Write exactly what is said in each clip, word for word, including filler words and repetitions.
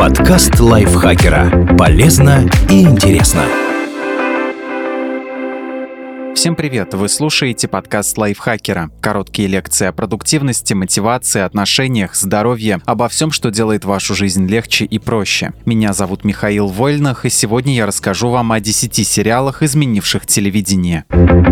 Подкаст лайфхакера. Полезно и интересно. Всем привет! Вы слушаете подкаст лайфхакера. Короткие лекции о продуктивности, мотивации, отношениях, здоровье, обо всем, что делает вашу жизнь легче и проще. Меня зовут Михаил Вольнах, и сегодня я расскажу вам о десяти сериалах, изменивших телевидение.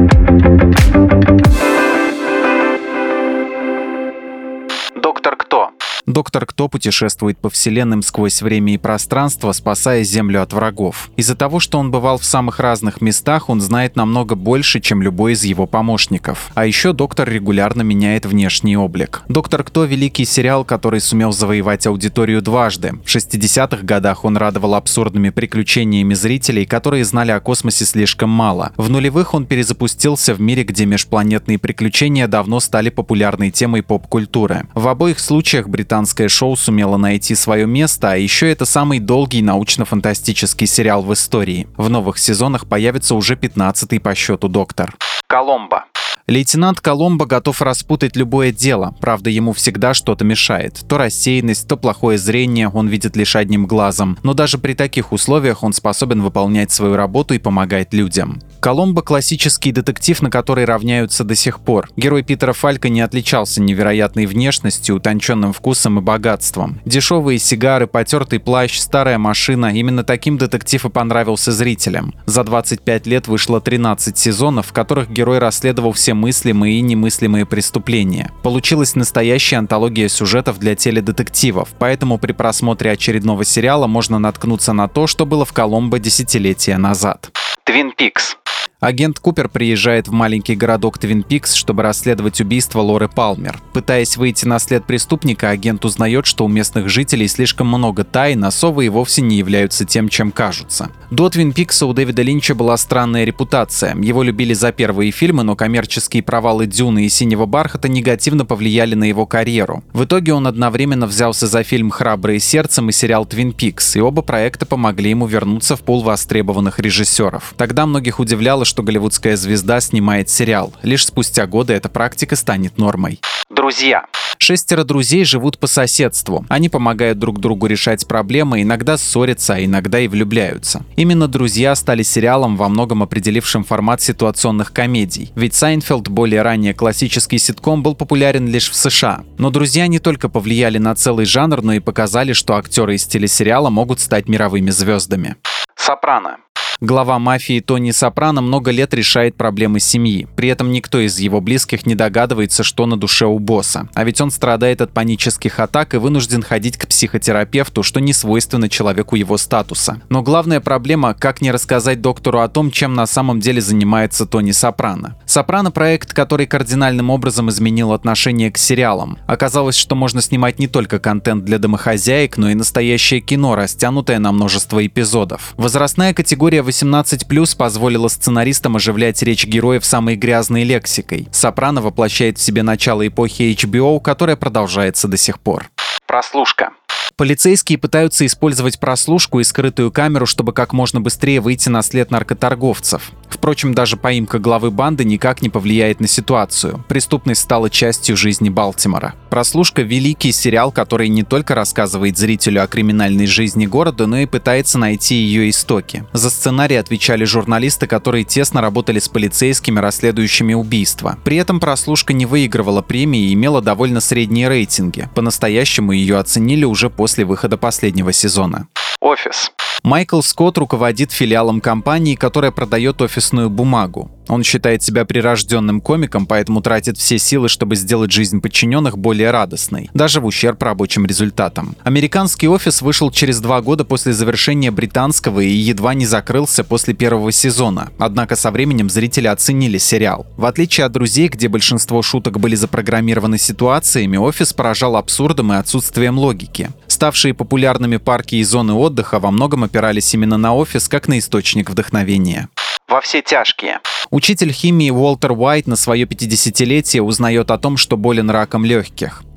Доктор Кто. Доктор Кто путешествует по вселенным сквозь время и пространство, спасая Землю от врагов. Из-за того, что он бывал в самых разных местах, он знает намного больше, чем любой из его помощников. А еще доктор регулярно меняет внешний облик. Доктор Кто — великий сериал, который сумел завоевать аудиторию дважды. В шестидесятых годах он радовал абсурдными приключениями зрителей, которые знали о космосе слишком мало. В нулевых он перезапустился в мире, где межпланетные приключения давно стали популярной темой поп-культуры. В обоих случаях британские Британское шоу сумело найти свое место, а еще это самый долгий научно-фантастический сериал в истории. В новых сезонах появится уже пятнадцатый по счету доктор. Коломбо. Лейтенант Коломбо готов распутать любое дело, правда, ему всегда что-то мешает. То рассеянность, то плохое зрение, он видит лишь одним глазом. Но даже при таких условиях он способен выполнять свою работу и помогать людям. Коломбо — классический детектив, на который равняются до сих пор. Герой Питера Фалька не отличался невероятной внешностью, утонченным вкусом и богатством. Дешевые сигары, потертый плащ, старая машина — именно таким детектив и понравился зрителям. За двадцать пять лет вышло тринадцать сезонов, в которых герой расследовал все мыслимые и немыслимые преступления. Получилась настоящая антология сюжетов для теледетективов, поэтому при просмотре очередного сериала можно наткнуться на то, что было в Коломбо десятилетия назад. Твин Пикс. Агент Купер приезжает в маленький городок Твин Пикс, чтобы расследовать убийство Лоры Палмер. Пытаясь выйти на след преступника, агент узнает, что у местных жителей слишком много тайн, а совы и вовсе не являются тем, чем кажутся. До Твин Пикса у Дэвида Линча была странная репутация. Его любили за первые фильмы, но коммерческие провалы «Дюны» и «Синего бархата» негативно повлияли на его карьеру. В итоге он одновременно взялся за фильм «Храбрые сердцем» и сериал «Твин Пикс», и оба проекта помогли ему вернуться в пул востребованных режиссеров. Тогда многих удивляло, что голливудская звезда снимает сериал. Лишь спустя годы эта практика станет нормой. Друзья. Шестеро друзей живут по соседству. Они помогают друг другу решать проблемы, иногда ссорятся, а иногда и влюбляются. Именно «Друзья» стали сериалом, во многом определившим формат ситуационных комедий. Ведь «Сайнфелд», более ранее классический ситком, был популярен лишь в США. Но «Друзья» не только повлияли на целый жанр, но и показали, что актеры из телесериала могут стать мировыми звездами. Сопрано. Глава мафии Тони Сопрано много лет решает проблемы семьи. При этом никто из его близких не догадывается, что на душе у босса. А ведь он страдает от панических атак и вынужден ходить к психотерапевту, что не свойственно человеку его статуса. Но главная проблема – как не рассказать доктору о том, чем на самом деле занимается Тони Сопрано. «Сопрано» – проект, который кардинальным образом изменил отношение к сериалам. Оказалось, что можно снимать не только контент для домохозяек, но и настоящее кино, растянутое на множество эпизодов. Возрастная категория восемнадцать плюс позволила сценаристам оживлять речь героев самой грязной лексикой. «Сопрано» воплощает в себе начало эпохи эйч би о, которая продолжается до сих пор. Прослушка. Полицейские пытаются использовать прослушку и скрытую камеру, чтобы как можно быстрее выйти на след наркоторговцев. Впрочем, даже поимка главы банды никак не повлияет на ситуацию. Преступность стала частью жизни Балтимора. «Прослушка» — великий сериал, который не только рассказывает зрителю о криминальной жизни города, но и пытается найти ее истоки. За сценарий отвечали журналисты, которые тесно работали с полицейскими, расследующими убийства. При этом «Прослушка» не выигрывала премии и имела довольно средние рейтинги. По-настоящему ее оценили уже после после выхода последнего сезона. Офис. Майкл Скотт руководит филиалом компании, которая продает офисную бумагу. Он считает себя прирожденным комиком, поэтому тратит все силы, чтобы сделать жизнь подчиненных более радостной, даже в ущерб рабочим результатам. Американский офис вышел через два года после завершения британского и едва не закрылся после первого сезона. Однако со временем зрители оценили сериал. В отличие от «Друзей», где большинство шуток были запрограммированы ситуациями, офис поражал абсурдом и отсутствием логики. Ставшие популярными парки и зоны отдыха во многом опирались именно на офис как на источник вдохновения. Во все тяжкие. Учитель химии Уолтер Уайт на свое пятидесятилетие узнает о том, что болен раком легких.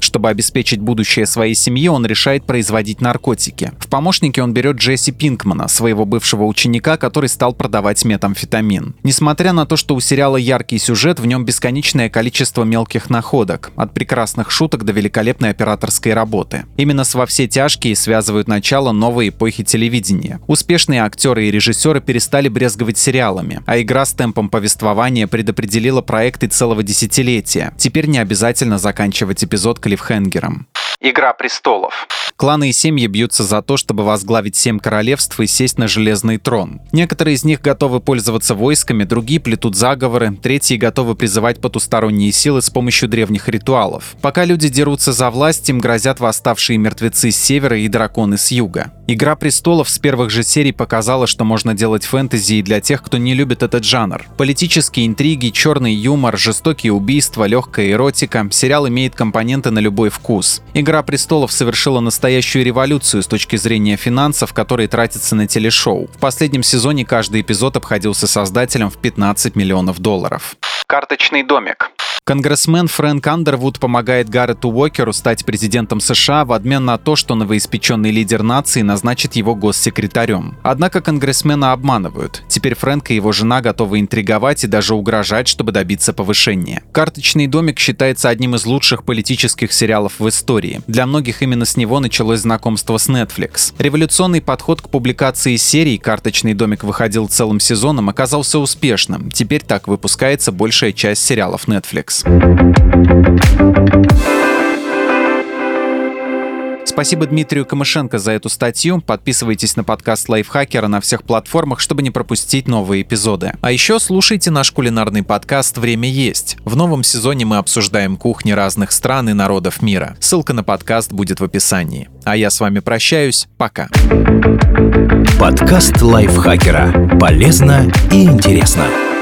Чтобы обеспечить будущее своей семье, он решает производить наркотики. В помощники он берет Джесси Пинкмана, своего бывшего ученика, который стал продавать метамфетамин. Несмотря на то, что у сериала яркий сюжет, в нем бесконечное количество мелких находок, от прекрасных шуток до великолепной операторской работы. Именно с «Во все тяжкие» связывают начало новой эпохи телевидения. Успешные актеры и режиссеры перестали брезговать сериалами, а игра с темпом повествования предопределила проекты целого десятилетия. Теперь не обязательно заканчивать эпизод клиффхенгером. «Игра престолов». Кланы и семьи бьются за то, чтобы возглавить семь королевств и сесть на железный трон. Некоторые из них готовы пользоваться войсками, другие плетут заговоры, третьи готовы призывать потусторонние силы с помощью древних ритуалов. Пока люди дерутся за власть, им грозят восставшие мертвецы с севера и драконы с юга. «Игра престолов» с первых же серий показала, что можно делать фэнтези и для тех, кто не любит этот жанр. Политические интриги, черный юмор, жестокие убийства, легкая эротика. Сериал имеет компоненты на любой вкус. «Игра престолов» совершила настоящую революцию с точки зрения финансов, которые тратятся на телешоу. В последнем сезоне каждый эпизод обходился создателям в пятнадцать миллионов долларов. «Карточный домик». Конгрессмен Фрэнк Андервуд помогает Гаррету Уокеру стать президентом США в обмен на то, что новоиспеченный лидер нации назначит его госсекретарем. Однако конгрессмена обманывают. Теперь Фрэнк и его жена готовы интриговать и даже угрожать, чтобы добиться повышения. «Карточный домик» считается одним из лучших политических сериалов в истории. Для многих именно с него началось знакомство с Netflix. Революционный подход к публикации серий «Карточный домик» выходил целым сезоном, оказался успешным. Теперь так выпускается большая часть сериалов Netflix. Спасибо Дмитрию Камышенко за эту статью. Подписывайтесь на подкаст Лайфхакера на всех платформах, чтобы не пропустить новые эпизоды. А еще слушайте наш кулинарный подкаст «Время есть». В новом сезоне мы обсуждаем кухни разных стран и народов мира. Ссылка на подкаст будет в описании. А я с вами прощаюсь. Пока. Подкаст Лайфхакера. Полезно и интересно.